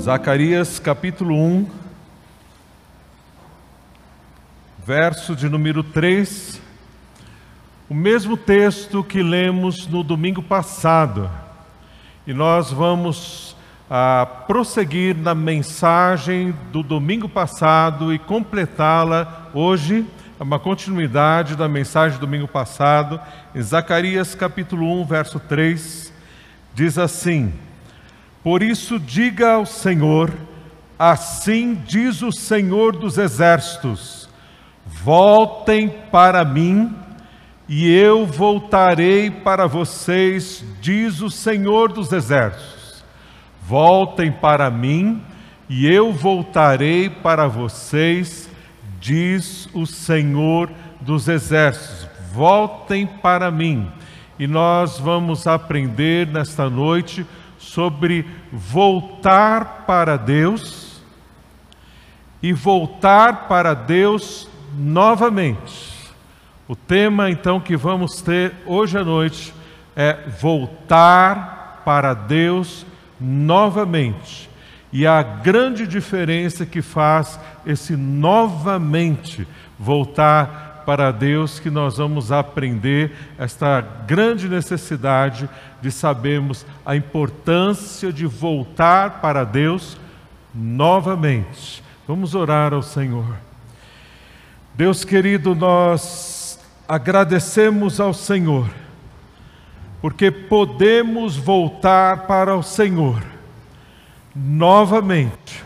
Zacarias capítulo 1, verso de número 3, o mesmo texto que lemos no domingo passado. E nós vamos prosseguir na mensagem do domingo passado e completá-la hoje, uma continuidade da mensagem do domingo passado, em Zacarias capítulo 1, verso 3, diz assim: Por isso diga ao Senhor, assim diz o Senhor dos Exércitos, voltem para mim e eu voltarei para vocês, diz o Senhor dos Exércitos. Voltem para mim e eu voltarei para vocês, diz o Senhor dos Exércitos. Voltem para mim. E nós vamos aprender nesta noite sobre voltar para Deus e voltar para Deus novamente. O tema então que vamos ter hoje à noite é voltar para Deus novamente. E a grande diferença que faz esse novamente voltar para Deus, que nós vamos aprender esta grande necessidade de sabermos a importância de voltar para Deus novamente. Vamos orar ao Senhor. Deus querido, nós agradecemos ao Senhor, porque podemos voltar para o Senhor novamente,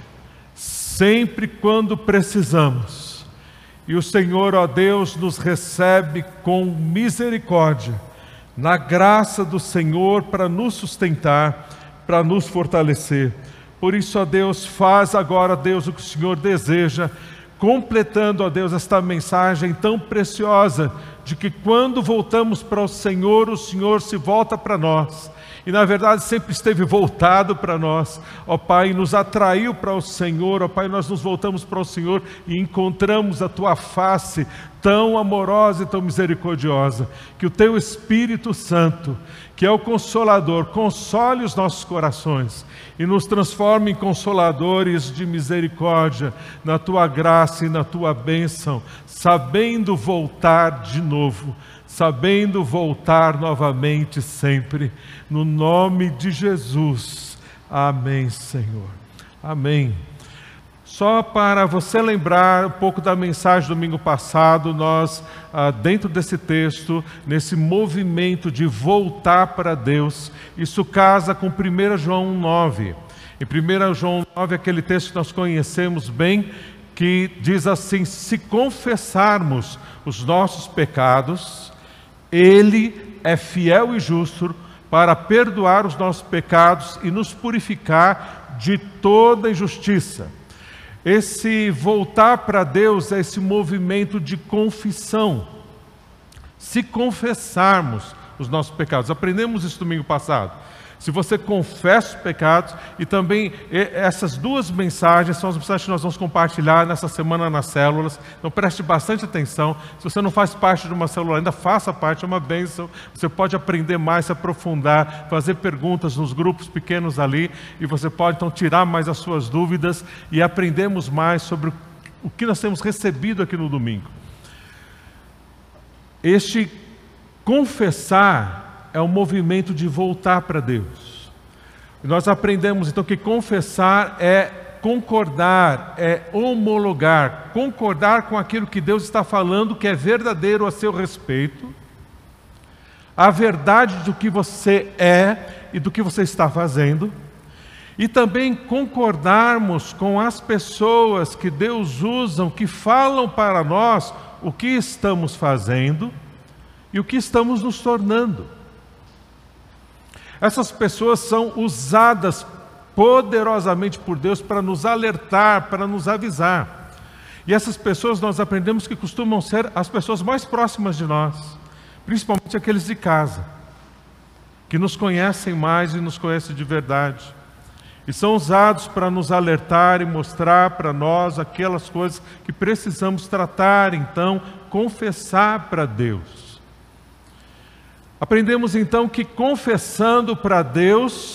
sempre quando precisamos. E o Senhor, ó Deus, nos recebe com misericórdia, na graça do Senhor, para nos sustentar, para nos fortalecer. Por isso, ó Deus, faz agora, Deus, o que o Senhor deseja, completando, ó Deus, esta mensagem tão preciosa, de que quando voltamos para o Senhor se volta para nós. E na verdade sempre esteve voltado para nós, ó Pai, nos atraiu para o Senhor, ó Pai, nós nos voltamos para o Senhor e encontramos a Tua face tão amorosa e tão misericordiosa, que o Teu Espírito Santo, que é o Consolador, console os nossos corações e nos transforme em consoladores de misericórdia, na Tua graça e na Tua bênção, sabendo voltar de novo, sabendo voltar novamente sempre, no nome de Jesus. Amém, Senhor. Amém. Só para você lembrar um pouco da mensagem do domingo passado, nós, dentro desse texto, nesse movimento de voltar para Deus, isso casa com 1 João 9. Em 1 João 9, aquele texto que nós conhecemos bem, que diz assim: se confessarmos os nossos pecados, Ele é fiel e justo para perdoar os nossos pecados e nos purificar de toda injustiça. Esse voltar para Deus é esse movimento de confissão. Se confessarmos os nossos pecados, aprendemos isso domingo passado. Se você confessa os pecados, e também essas duas mensagens são as mensagens que nós vamos compartilhar nessa semana nas células, então preste bastante atenção. Se você não faz parte de uma célula ainda, faça parte, é uma bênção. Você pode aprender mais, se aprofundar, fazer perguntas nos grupos pequenos ali, e você pode então tirar mais as suas dúvidas e aprendermos mais sobre o que nós temos recebido aqui no domingo. Este confessar é um movimento de voltar para Deus. Nós aprendemos então que confessar é concordar, é homologar, concordar com aquilo que Deus está falando, que é verdadeiro a seu respeito, a verdade do que você é e do que você está fazendo, e também concordarmos com as pessoas que Deus usa, que falam para nós o que estamos fazendo e o que estamos nos tornando. Essas pessoas são usadas poderosamente por Deus para nos alertar, para nos avisar. E essas pessoas nós aprendemos que costumam ser as pessoas mais próximas de nós, principalmente aqueles de casa, que nos conhecem mais e nos conhecem de verdade. E são usados para nos alertar e mostrar para nós aquelas coisas que precisamos tratar, então, confessar para Deus. Aprendemos então que confessando para Deus,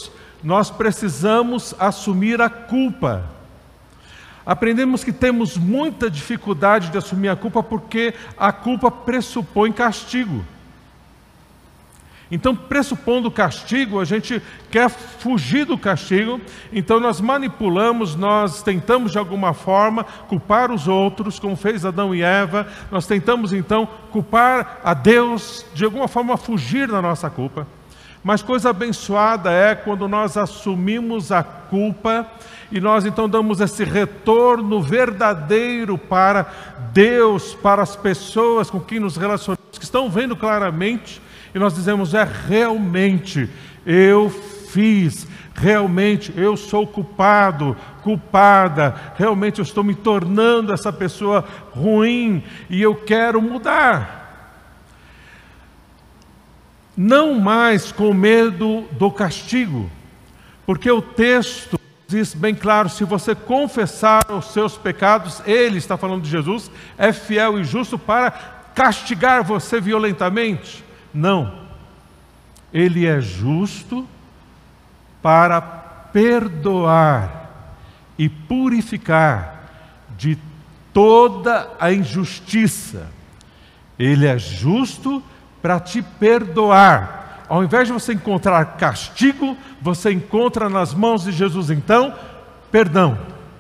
nós precisamos assumir a culpa. Aprendemos que temos muita dificuldade de assumir a culpa porque a culpa pressupõe castigo. Então, pressupondo o castigo, a gente quer fugir do castigo, então nós manipulamos, nós tentamos de alguma forma culpar os outros, como fez Adão e Eva, nós tentamos então culpar a Deus, de alguma forma fugir da nossa culpa. Mas coisa abençoada é quando nós assumimos a culpa e nós então damos esse retorno verdadeiro para Deus, para as pessoas com quem nos relacionamos, que estão vendo claramente, e nós dizemos, realmente eu fiz, realmente eu sou culpado, culpada, realmente eu estou me tornando essa pessoa ruim e eu quero mudar. Não mais com medo do castigo, porque o texto diz bem claro, se você confessar os seus pecados, Ele está falando de Jesus, é fiel e justo para castigar você violentamente. Não, Ele é justo para perdoar e purificar de toda a injustiça. Ele é justo para te perdoar. Ao invés de você encontrar castigo, você encontra nas mãos de Jesus, então, perdão.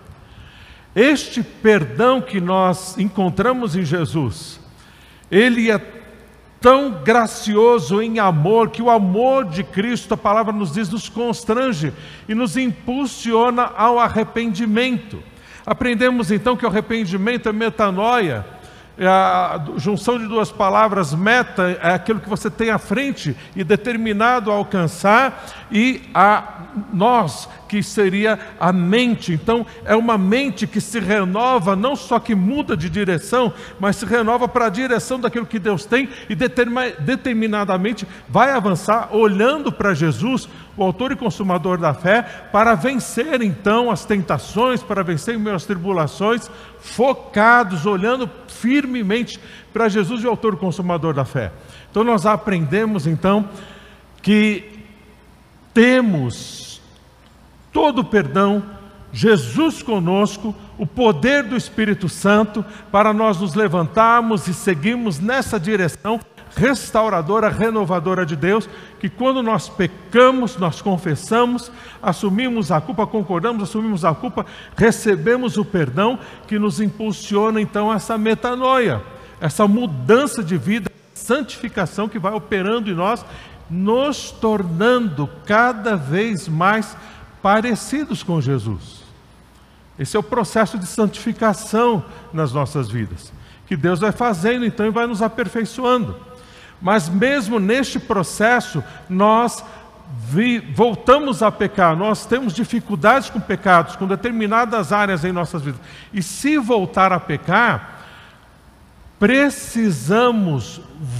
Este perdão que nós encontramos em Jesus, Ele é tão gracioso em amor, que o amor de Cristo, a palavra nos diz, nos constrange e nos impulsiona ao arrependimento. Aprendemos então que o arrependimento é metanoia, é a junção de duas palavras. Meta é aquilo que você tem à frente e determinado a alcançar, e a nós, que seria a mente. Então é uma mente que se renova, não só que muda de direção, mas se renova para a direção daquilo que Deus tem e determinadamente vai avançar olhando para Jesus, o autor e consumador da fé, para vencer então as tentações, para vencer em meio às tribulações, focados, olhando firmemente para Jesus, o autor e consumador da fé. Então nós aprendemos então que temos todo o perdão, Jesus conosco, o poder do Espírito Santo para nós nos levantarmos e seguirmos nessa direção restauradora, renovadora de Deus, que quando nós pecamos, nós confessamos, assumimos a culpa, concordamos, assumimos a culpa, recebemos o perdão, que nos impulsiona então essa metanoia, essa mudança de vida, santificação que vai operando em nós, nos tornando cada vez mais parecidos com Jesus. Esse é o processo de santificação nas nossas vidas, que Deus vai fazendo então e vai nos aperfeiçoando. Mas mesmo neste processo, nós voltamos a pecar, nós temos dificuldades com pecados, com determinadas áreas em nossas vidas. E se voltar a pecar, precisamos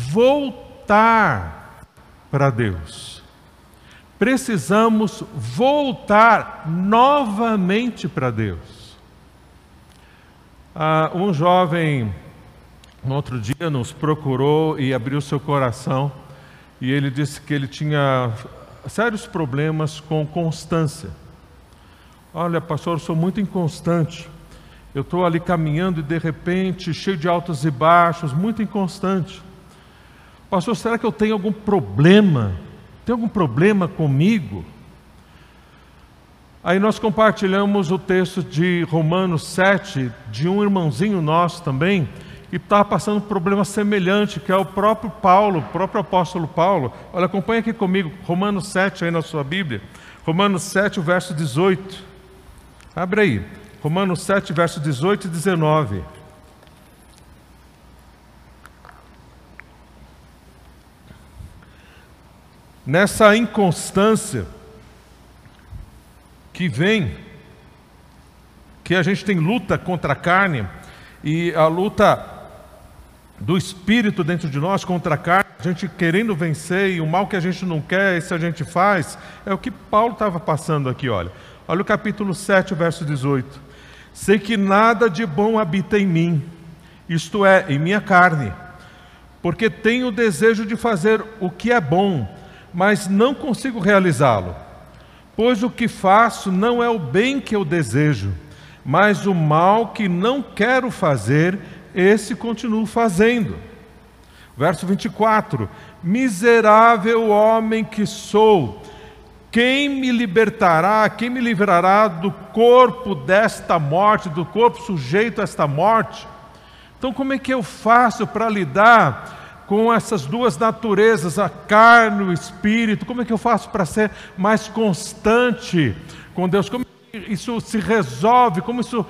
voltar para Deus. Precisamos voltar novamente para Deus. Um jovem, um outro dia, nos procurou e abriu seu coração, e ele disse que ele tinha sérios problemas com constância. Olha, pastor, eu sou muito inconstante. Eu estou ali caminhando e de repente, cheio de altos e baixos, muito inconstante. Pastor, será que eu tenho algum problema? Tem algum problema comigo? Aí nós compartilhamos o texto de Romanos 7, de um irmãozinho nosso também, que está passando por um problema semelhante, que é o próprio Paulo, o próprio apóstolo Paulo. Olha, acompanha aqui comigo, Romanos 7 aí na sua Bíblia. Romanos 7, o verso 18. Abre aí, Romanos 7, verso 18 e 19. Nessa inconstância que vem, que a gente tem luta contra a carne, e a luta do Espírito dentro de nós contra a carne, a gente querendo vencer, e o mal que a gente não quer, esse a gente faz, é o que Paulo estava passando aqui, olha o capítulo 7, verso 18. Sei que nada de bom habita em mim, isto é, em minha carne, porque tenho o desejo de fazer o que é bom, mas não consigo realizá-lo. Pois o que faço não é o bem que eu desejo, mas o mal que não quero fazer, esse continuo fazendo. Verso 24: miserável homem que sou, quem me libertará, quem me livrará do corpo desta morte, do corpo sujeito a esta morte? Então, como é que eu faço para lidar com essas duas naturezas, a carne e o espírito? Como é que eu faço para ser mais constante com Deus? Como isso se resolve? Como isso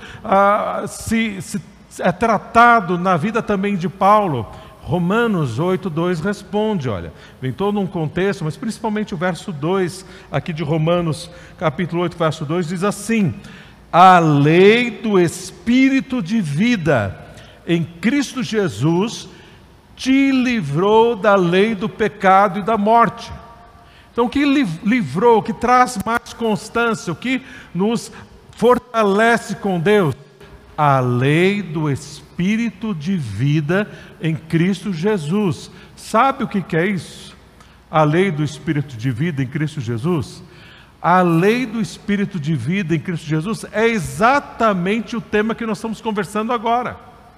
é tratado na vida também de Paulo? Romanos 8:2 responde, olha, vem todo um contexto, mas principalmente o verso 2 aqui de Romanos, capítulo 8, verso 2, diz assim: a lei do Espírito de vida em Cristo Jesus te livrou da lei do pecado e da morte. Então, o que livrou, o que traz mais constância, o que nos fortalece com Deus? A lei do Espírito de vida em Cristo Jesus. Sabe o que é isso? A lei do Espírito de vida em Cristo Jesus? A lei do Espírito de vida em Cristo Jesus é exatamente o tema que nós estamos conversando agora.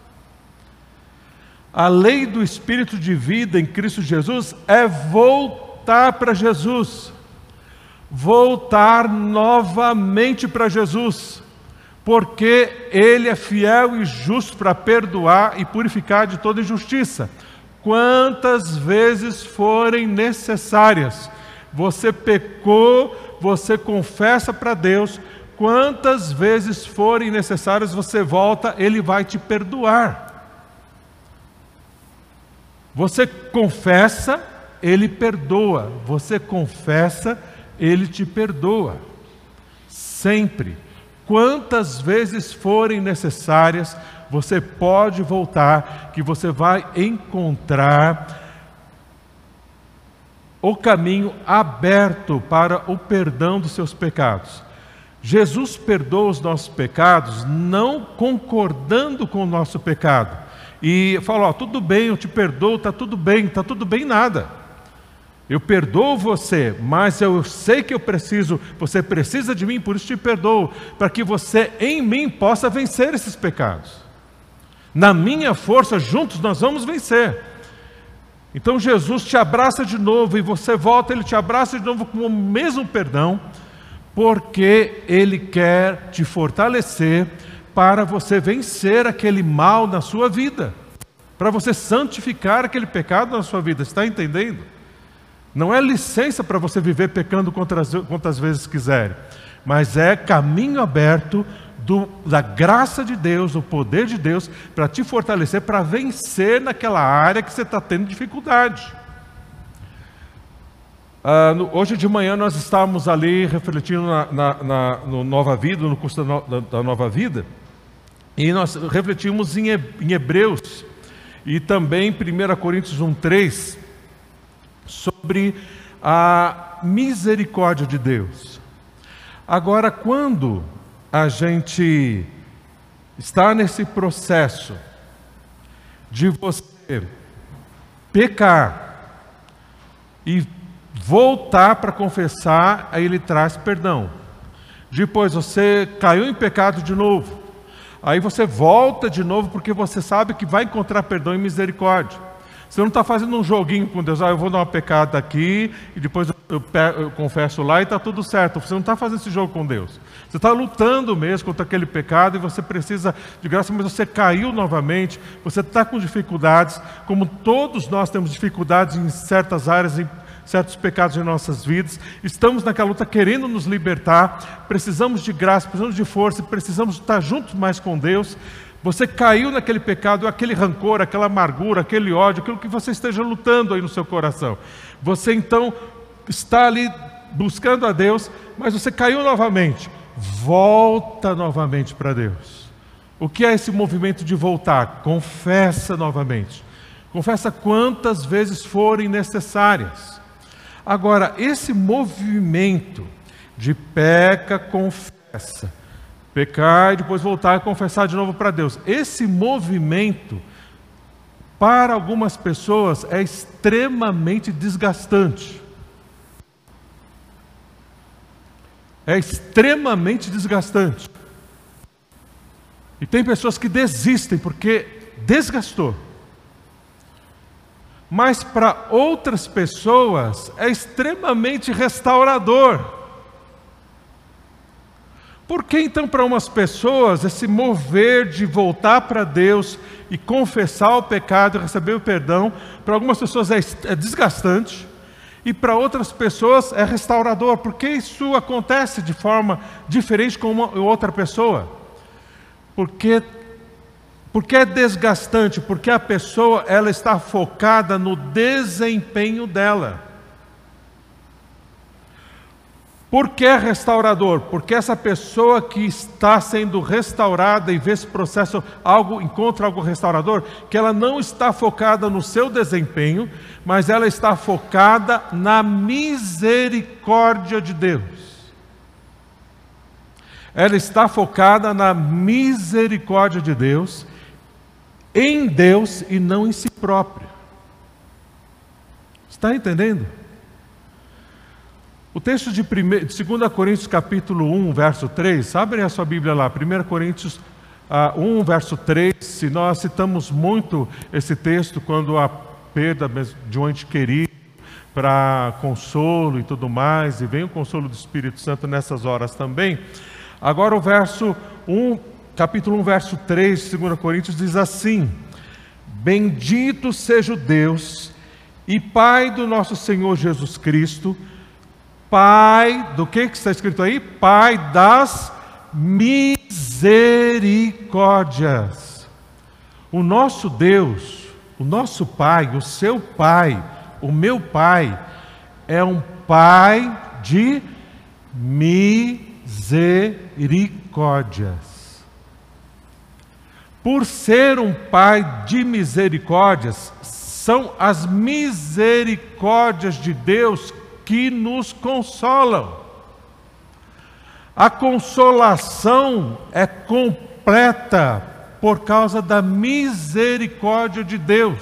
A lei do Espírito de vida em Cristo Jesus é voltar para Jesus, voltar novamente para Jesus, porque Ele é fiel e justo para perdoar e purificar de toda injustiça. Quantas vezes forem necessárias. Você pecou, você confessa para Deus, quantas vezes forem necessárias você volta, Ele vai te perdoar. Você confessa, Ele perdoa. Você confessa, Ele te perdoa. Sempre. Quantas vezes forem necessárias, você pode voltar, que você vai encontrar o caminho aberto para o perdão dos seus pecados. Jesus perdoa os nossos pecados, não concordando com o nosso pecado. E fala, tudo bem, eu te perdoo, está tudo bem nada. Eu perdoo você, mas eu sei que você precisa de mim, por isso te perdoo, para que você em mim possa vencer esses pecados. Na minha força, juntos nós vamos vencer. Então Jesus te abraça de novo e você volta, Ele te abraça de novo com o mesmo perdão, porque Ele quer te fortalecer para você vencer aquele mal na sua vida, para você santificar aquele pecado na sua vida. Está entendendo? Não é licença para você viver pecando quantas vezes quiser, mas é caminho aberto da graça de Deus, o poder de Deus, para te fortalecer, para vencer naquela área que você está tendo dificuldade. Hoje de manhã nós estávamos ali refletindo no Nova Vida, no curso da Nova Vida, e nós refletimos em Hebreus, e também em 1 Coríntios 1:3, sobre a misericórdia de Deus. Agora, quando a gente está nesse processo de você pecar e voltar para confessar, aí Ele traz perdão. Depois você caiu em pecado de novo, aí você volta de novo, porque você sabe que vai encontrar perdão e misericórdia. Você não está fazendo um joguinho com Deus, eu vou dar uma pecada aqui e depois eu confesso lá e está tudo certo. Você não está fazendo esse jogo com Deus. Você está lutando mesmo contra aquele pecado e você precisa de graça, mas você caiu novamente, você está com dificuldades, como todos nós temos dificuldades em certas áreas, em certos pecados em nossas vidas. Estamos naquela luta querendo nos libertar, precisamos de graça, precisamos de força, precisamos estar juntos mais com Deus. Você caiu naquele pecado, aquele rancor, aquela amargura, aquele ódio, aquilo que você esteja lutando aí no seu coração. Você então está ali buscando a Deus, mas você caiu novamente. Volta novamente para Deus. O que é esse movimento de voltar? Confessa novamente. Confessa quantas vezes forem necessárias. Agora, esse movimento de peca, confessa, pecar e depois voltar e confessar de novo para Deus. Esse movimento, para algumas pessoas, é extremamente desgastante. é extremamente desgastante. E tem pessoas que desistem porque desgastou. Mas para outras pessoas é extremamente restaurador. Por que então para umas pessoas esse mover de voltar para Deus e confessar o pecado e receber o perdão, para algumas pessoas é desgastante e para outras pessoas é restaurador? Por que isso acontece de forma diferente com uma outra pessoa? Porque é desgastante, porque a pessoa ela está focada no desempenho dela. Por que é restaurador? Porque essa pessoa que está sendo restaurada e vê esse processo, encontra algo restaurador, que ela não está focada no seu desempenho, mas ela está focada na misericórdia de Deus. Ela está focada na misericórdia de Deus, em Deus e não em si própria. Está entendendo? O texto de 2 Coríntios capítulo 1, verso 3, abrem a sua Bíblia lá, 1 Coríntios 1, verso 3, nós citamos muito esse texto quando a perda de um ente querido, para consolo e tudo mais, e vem o consolo do Espírito Santo nessas horas também. Agora o verso 1, capítulo 1, verso 3 de 2 Coríntios diz assim: Bendito seja o Deus e Pai do nosso Senhor Jesus Cristo, Pai, do que está escrito aí? Pai das misericórdias. O nosso Deus, o nosso Pai, o seu Pai, o meu Pai, é um Pai de misericórdias. Por ser um Pai de misericórdias, são as misericórdias de Deus que nos consolam. A consolação é completa por causa da misericórdia de Deus.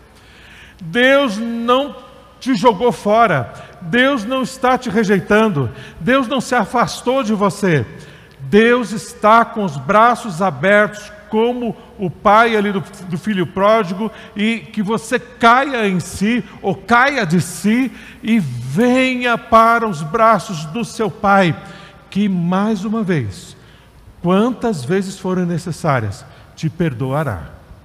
Deus não te jogou fora, Deus não está te rejeitando, Deus não se afastou de você. Deus está com os braços abertos, como o pai ali do filho pródigo, e que você caia em si, ou caia de si, e venha para os braços do seu pai, que mais uma vez, quantas vezes forem necessárias, te perdoará.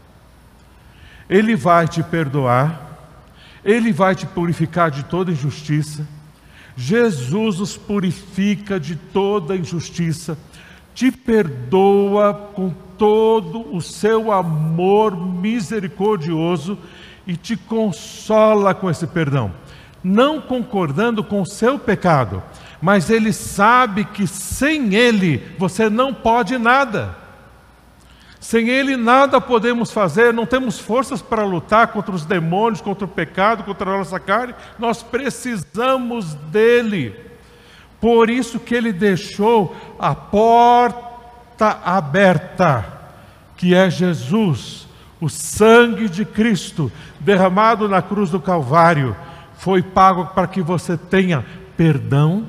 Ele vai te perdoar, Ele vai te purificar de toda injustiça. Jesus nos purifica de toda injustiça, te perdoa com todo o seu amor misericordioso e te consola com esse perdão, não concordando com o seu pecado, mas Ele sabe que sem Ele você não pode nada. Sem Ele nada podemos fazer, não temos forças para lutar contra os demônios, contra o pecado, contra a nossa carne, nós precisamos dEle. Por isso que Ele deixou a porta aberta, que é Jesus, o sangue de Cristo, derramado na cruz do Calvário, foi pago para que você tenha perdão.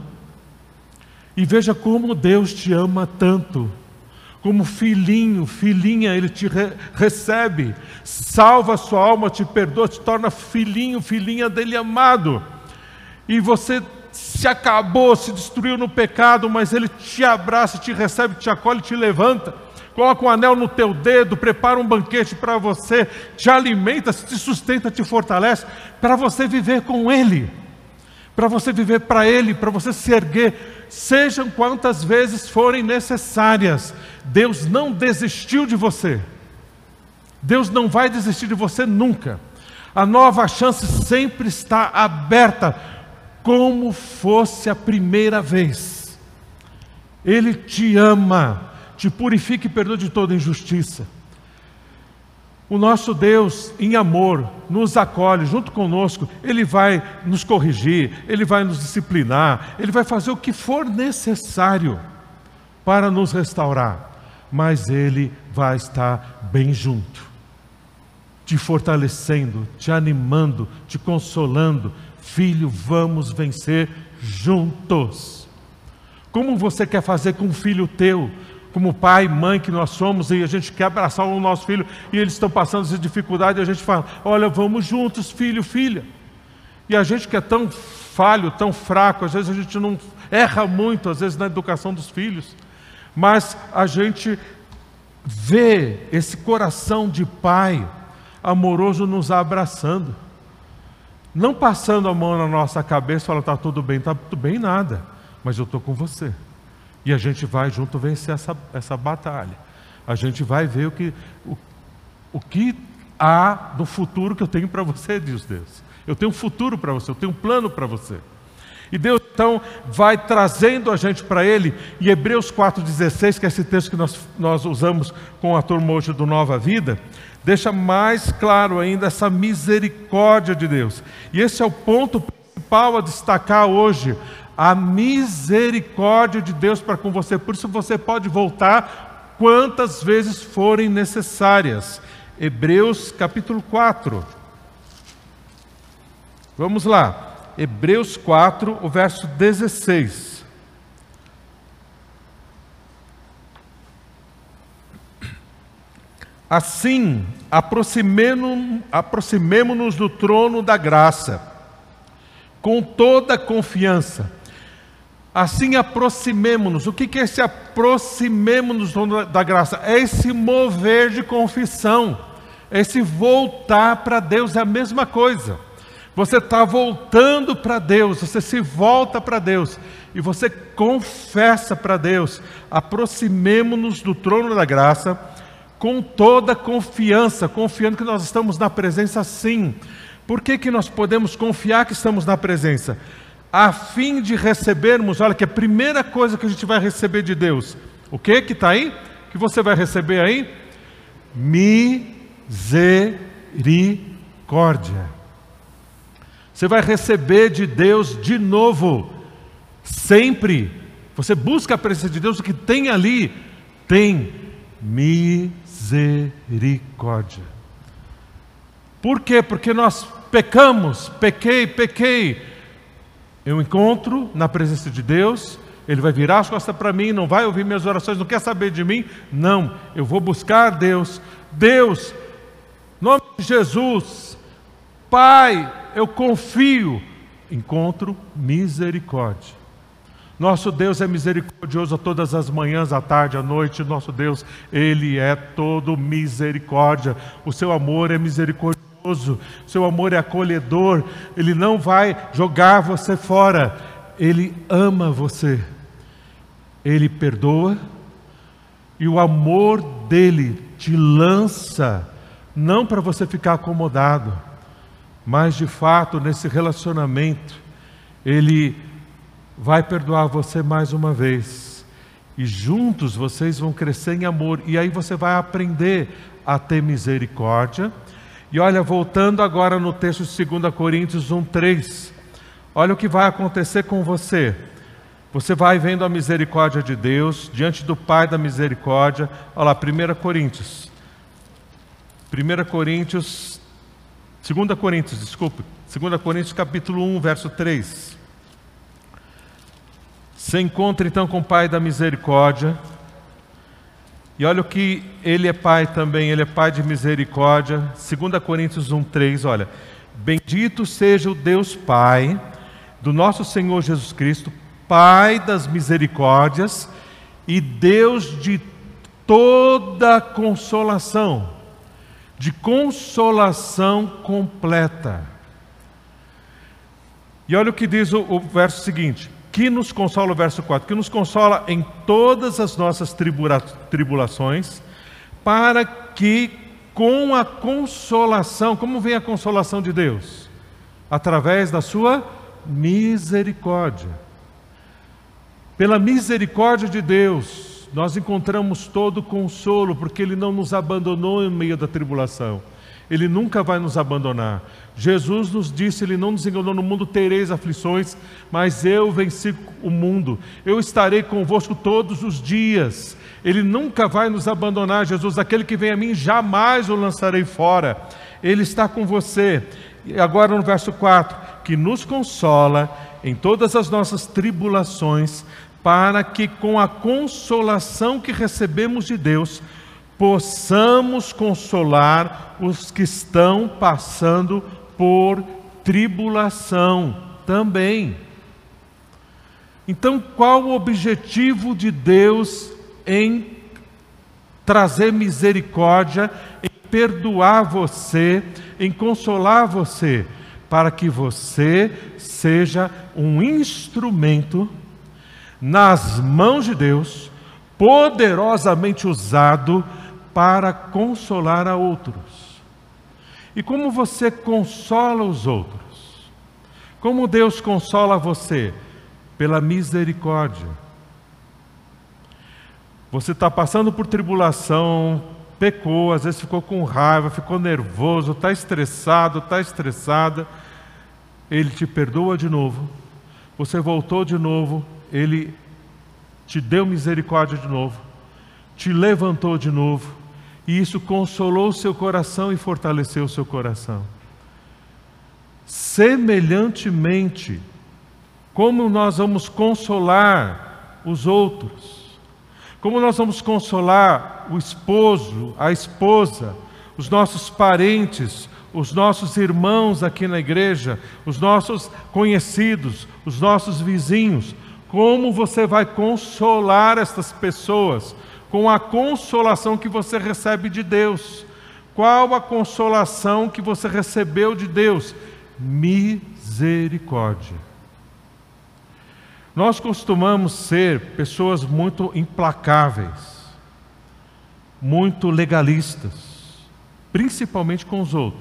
E veja como Deus te ama tanto. Como filhinho, filhinha, Ele te recebe, salva a sua alma, te perdoa, te torna filhinho, filhinha dEle amado. E você se acabou, se destruiu no pecado, mas Ele te abraça, te recebe, te acolhe, te levanta, coloca um anel no teu dedo, prepara um banquete para você, te alimenta, te sustenta, te fortalece, para você viver com Ele, para você viver para Ele, para você se erguer, sejam quantas vezes forem necessárias. Deus não desistiu de você, Deus não vai desistir de você nunca. A nova chance sempre está aberta, como fosse a primeira vez. Ele te ama, te purifica e perdoa de toda injustiça. O nosso Deus, em amor, nos acolhe junto conosco. Ele vai nos corrigir, Ele vai nos disciplinar, Ele vai fazer o que for necessário para nos restaurar. Mas Ele vai estar bem junto, te fortalecendo, te animando, te consolando. Filho, vamos vencer juntos. como você quer fazer com um filho teu, como pai e mãe que nós somos, e a gente quer abraçar o nosso filho, e eles estão passando essa dificuldade, e a gente fala, olha, vamos juntos, filho, filha. E a gente que é tão falho, tão fraco, às vezes a gente não erra muito, às vezes na educação dos filhos, mas a gente vê esse coração de pai amoroso nos abraçando, não passando a mão na nossa cabeça e falando, está tudo bem nada, mas eu estou com você. E a gente vai junto vencer essa batalha. A gente vai ver o que há no futuro que eu tenho para você, diz Deus. Eu tenho um futuro para você, eu tenho um plano para você. E Deus então vai trazendo a gente para Ele. E Hebreus 4,16, que é esse texto que nós usamos com a turma hoje do Nova Vida, deixa mais claro ainda essa misericórdia de Deus. E esse é o ponto principal a destacar hoje, a misericórdia de Deus para com você. Por isso você pode voltar quantas vezes forem necessárias. Hebreus capítulo 4. Vamos lá. Hebreus 4, o verso 16. Assim, aproximemo-nos do trono da graça, com toda a confiança. Assim, aproximemo-nos. O que é esse aproximemo-nos do trono da graça? É esse mover de confissão, é esse voltar para Deus, é a mesma coisa. Você está voltando para Deus, você se volta para Deus e você confessa para Deus. Aproximemo-nos do trono da graça com toda confiança, confiando que nós estamos na presença sim. Por que nós podemos confiar que estamos na presença? A fim de recebermos, olha que a primeira coisa que a gente vai receber de Deus, o que está aí? O que você vai receber aí? Misericórdia. Você vai receber de Deus de novo, sempre. Você busca a presença de Deus, o que tem ali, tem misericórdia. Por quê? Porque nós pecamos, pequei. Eu encontro na presença de Deus, Ele vai virar as costas para mim, não vai ouvir minhas orações, não quer saber de mim. Não, eu vou buscar Deus. Deus, em nome de Jesus, Pai, eu confio, encontro misericórdia. Nosso Deus é misericordioso a todas as manhãs, à tarde, à noite. Nosso Deus, Ele é todo misericórdia. O seu amor é misericordioso, o seu amor é acolhedor. Ele não vai jogar você fora, Ele ama você. Ele perdoa e o amor dEle te lança, não para você ficar acomodado, mas de fato nesse relacionamento Ele vai perdoar você mais uma vez e juntos vocês vão crescer em amor, e aí você vai aprender a ter misericórdia. E olha, voltando agora no texto de 2 Coríntios 1:3, olha o que vai acontecer com você. Você vai vendo a misericórdia de Deus diante do Pai da misericórdia. Olha lá, 2 Coríntios capítulo 1, verso 3. Se encontra então com o Pai da misericórdia, e olha o que Ele é Pai também, Ele é Pai de misericórdia. 2 Coríntios 1:3, olha: bendito seja o Deus Pai do nosso Senhor Jesus Cristo, Pai das misericórdias e Deus de toda consolação, de consolação completa. E olha o que diz o verso seguinte, que nos consola, o verso 4, que nos consola em todas as nossas tribulações, para que com a consolação, como vem a consolação de Deus? Através da sua misericórdia. Pela misericórdia de Deus, nós encontramos todo o consolo, porque Ele não nos abandonou em meio da tribulação. Ele nunca vai nos abandonar. Jesus nos disse, Ele não nos enganou: no mundo tereis aflições, mas eu venci o mundo. Eu estarei convosco todos os dias. Ele nunca vai nos abandonar. Jesus, aquele que vem a mim, jamais o lançarei fora. Ele está com você. E agora no verso 4, que nos consola em todas as nossas tribulações, para que com a consolação que recebemos de Deus, possamos consolar os que estão passando por tribulação também. Então, qual o objetivo de Deus em trazer misericórdia, em perdoar você, em consolar você? Para que você seja um instrumento nas mãos de Deus, poderosamente usado para consolar a outros. E como você consola os outros? Como Deus consola você? Pela misericórdia. Você está passando por tribulação, pecou, às vezes ficou com raiva, ficou nervoso, está estressado, está estressada. Ele te perdoa de novo. Você voltou de novo, Ele te deu misericórdia de novo, te levantou de novo, e isso consolou o seu coração e fortaleceu o seu coração. Semelhantemente, como nós vamos consolar os outros? Como nós vamos consolar o esposo, a esposa, os nossos parentes, os nossos irmãos aqui na igreja, os nossos conhecidos, os nossos vizinhos? Como você vai consolar estas pessoas? Com a consolação que você recebe de Deus. Qual a consolação que você recebeu de Deus? Misericórdia. Nós costumamos ser pessoas muito implacáveis, muito legalistas, principalmente com os outros.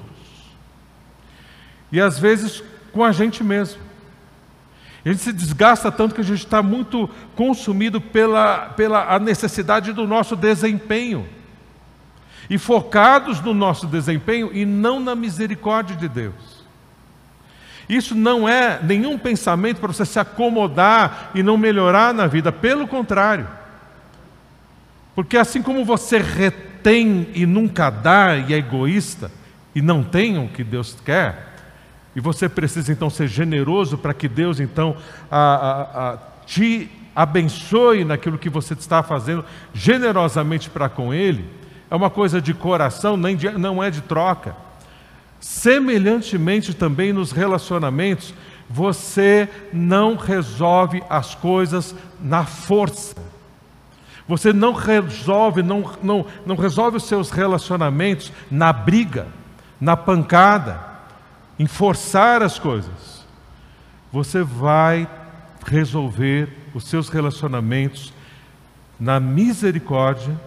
E às vezes com a gente mesmo. A gente se desgasta tanto que a gente está muito consumido pela a necessidade do nosso desempenho. E focados no nosso desempenho e não na misericórdia de Deus. Isso não é nenhum pensamento para você se acomodar e não melhorar na vida. Pelo contrário. Porque assim como você retém e nunca dá e é egoísta e não tem o que Deus quer, e você precisa então ser generoso para que Deus então te abençoe naquilo que você está fazendo generosamente para com Ele, é uma coisa de coração, não é de troca. Semelhantemente também nos relacionamentos, você não resolve as coisas na força. Você não resolve os seus relacionamentos na briga, na pancada, em forçar as coisas. Você vai resolver os seus relacionamentos na misericórdia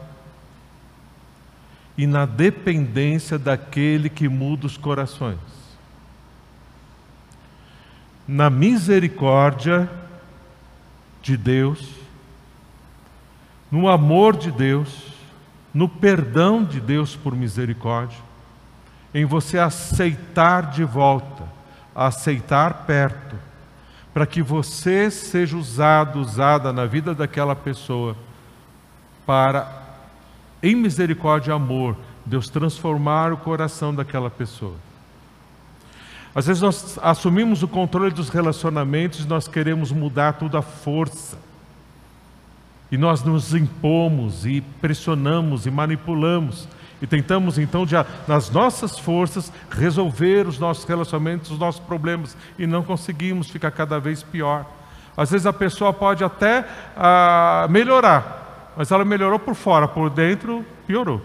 e na dependência daquele que muda os corações. Na misericórdia de Deus, no amor de Deus, no perdão de Deus por misericórdia, em você aceitar de volta, aceitar perto, para que você seja usada na vida daquela pessoa para, em misericórdia e amor, Deus transformar o coração daquela pessoa. Às vezes nós assumimos o controle dos relacionamentos e nós queremos mudar tudo à força. E nós nos impomos e pressionamos e manipulamos. E tentamos então, nas nossas forças, resolver os nossos relacionamentos, os nossos problemas. E não conseguimos, fica cada vez pior. Às vezes a pessoa pode até melhorar, mas ela melhorou por fora, por dentro piorou.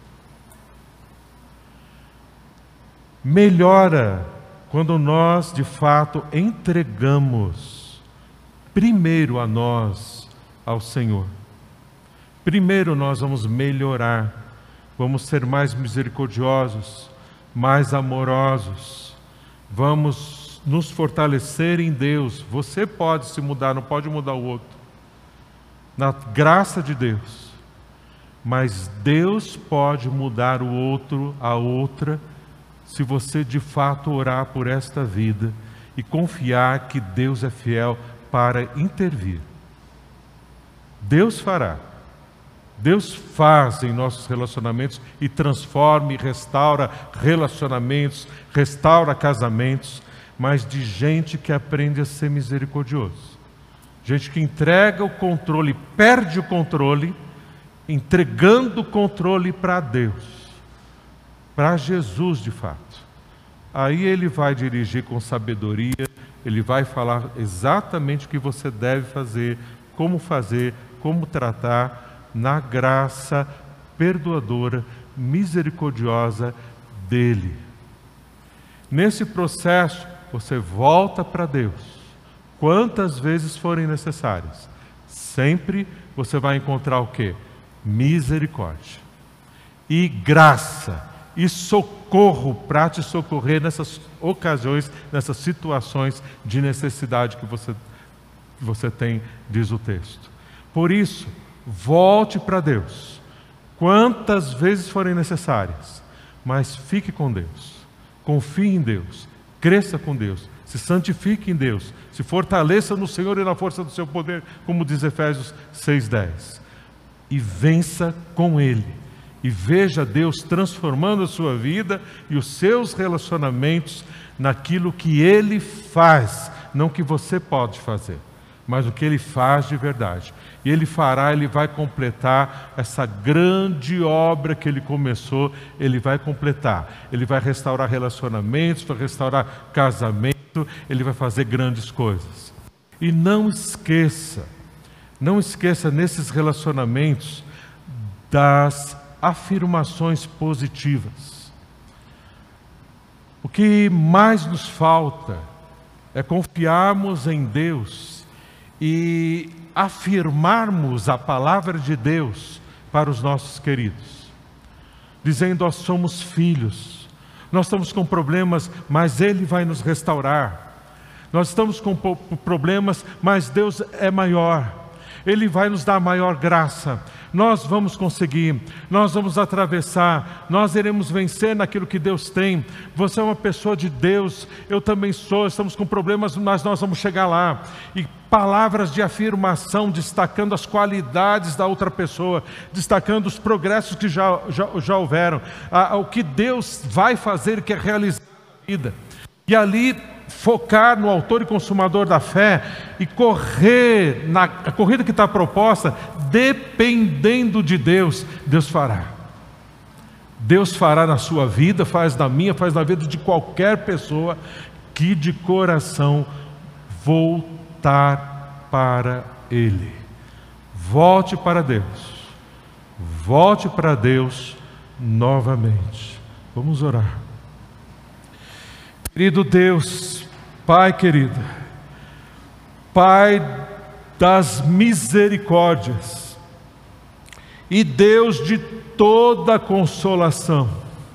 Melhora quando nós de fato entregamos primeiro a nós, ao Senhor. Primeiro nós vamos melhorar. Vamos ser mais misericordiosos, mais amorosos. Vamos nos fortalecer em Deus. Você pode se mudar, não pode mudar o outro. Na graça de Deus. Mas Deus pode mudar o outro, a outra, se você de fato orar por esta vida e confiar que Deus é fiel para intervir. Deus fará. Deus faz em nossos relacionamentos e transforma e restaura relacionamentos, restaura casamentos, mas de gente que aprende a ser misericordioso. Gente que entrega o controle, perde o controle, entregando o controle para Deus, para Jesus de fato. Aí Ele vai dirigir com sabedoria, Ele vai falar exatamente o que você deve fazer, como tratar, na graça perdoadora, misericordiosa dEle. Nesse processo, você volta para Deus, quantas vezes forem necessárias. Sempre você vai encontrar o quê? Misericórdia e graça e socorro para te socorrer nessas ocasiões, nessas situações de necessidade que você tem, diz o texto. Por isso, volte para Deus quantas vezes forem necessárias, mas fique com Deus, confie em Deus, cresça com Deus, se santifique em Deus, se fortaleça no Senhor e na força do seu poder, como diz Efésios 6:10, e vença com Ele, e veja Deus transformando a sua vida e os seus relacionamentos naquilo que Ele faz, não que você pode fazer, mas o que Ele faz de verdade. E Ele fará, Ele vai completar essa grande obra que Ele começou, Ele vai completar. Ele vai restaurar relacionamentos, vai restaurar casamento, Ele vai fazer grandes coisas. E não esqueça nesses relacionamentos das afirmações positivas. O que mais nos falta é confiarmos em Deus e afirmarmos a palavra de Deus para os nossos queridos, dizendo: nós somos filhos, nós estamos com problemas, mas Ele vai nos restaurar. Nós estamos com problemas, mas Deus é maior, Ele vai nos dar maior graça. Nós vamos conseguir, nós vamos atravessar, nós iremos vencer naquilo que Deus tem. Você é uma pessoa de Deus, eu também sou, estamos com problemas, mas nós vamos chegar lá. E palavras de afirmação, destacando as qualidades da outra pessoa, destacando os progressos que já houveram, o que Deus vai fazer e quer realizar na vida. E ali focar no autor e consumador da fé e correr na corrida que está proposta, dependendo de Deus. Deus fará. Deus fará na sua vida, faz na minha, faz na vida de qualquer pessoa que de coração voltar para Ele. Volte para Deus. Volte para Deus novamente. Vamos orar. Querido Deus, Pai querido, Pai das misericórdias e Deus de toda consolação,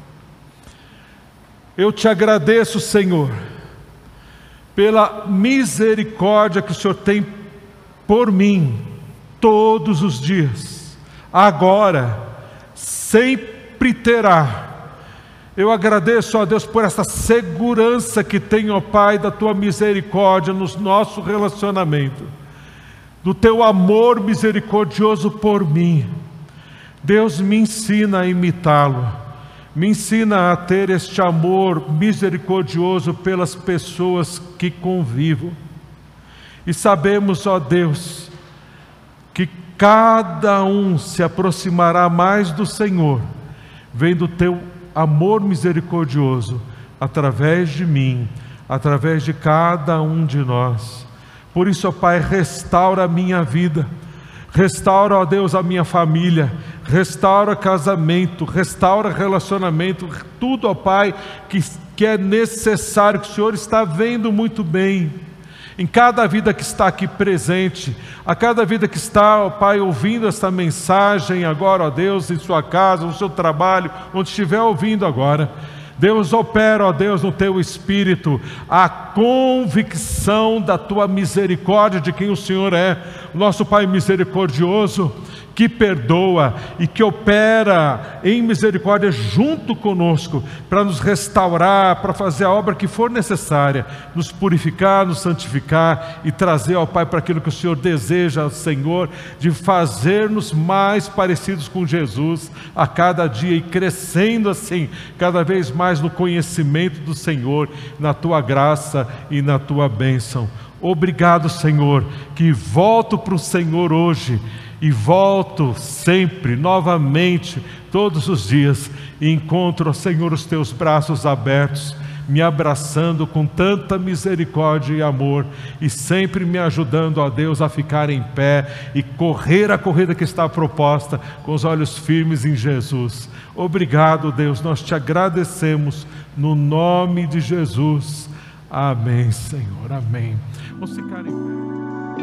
eu te agradeço, Senhor, pela misericórdia que o Senhor tem por mim todos os dias, agora, sempre terá. Eu agradeço, ó Deus, por essa segurança que tem, ó Pai, da Tua misericórdia no nosso relacionamento, do Teu amor misericordioso por mim. Deus, me ensina a imitá-lo, me ensina a ter este amor misericordioso pelas pessoas que convivo. E sabemos, ó Deus, que cada um se aproximará mais do Senhor, vendo o Teu amor misericordioso através de mim, através de cada um de nós. Por isso, ó Pai, restaura a minha vida, restaura, ó Deus, a minha família, restaura casamento, restaura relacionamento, tudo, ó Pai, que é necessário, que o Senhor está vendo muito bem em cada vida que está aqui presente, a cada vida que está, ó Pai, ouvindo esta mensagem agora, ó Deus, em sua casa, no seu trabalho, onde estiver ouvindo agora. Deus, opera, ó Deus, no Teu Espírito, a convicção da Tua misericórdia, de quem o Senhor é, o nosso Pai misericordioso, que perdoa e que opera em misericórdia junto conosco, para nos restaurar, para fazer a obra que for necessária, nos purificar, nos santificar e trazer ao Pai para aquilo que o Senhor deseja, Senhor, de fazer-nos mais parecidos com Jesus a cada dia e crescendo assim, cada vez mais no conhecimento do Senhor, na Tua graça e na Tua bênção. Obrigado, Senhor, que volto para o Senhor hoje e volto sempre, novamente, todos os dias, e encontro, Senhor, os teus braços abertos, me abraçando com tanta misericórdia e amor, e sempre me ajudando, ó Deus, a ficar em pé e correr a corrida que está proposta, com os olhos firmes em Jesus. Obrigado, Deus, nós te agradecemos, no nome de Jesus. Amém, Senhor, amém. Vamos ficar em pé.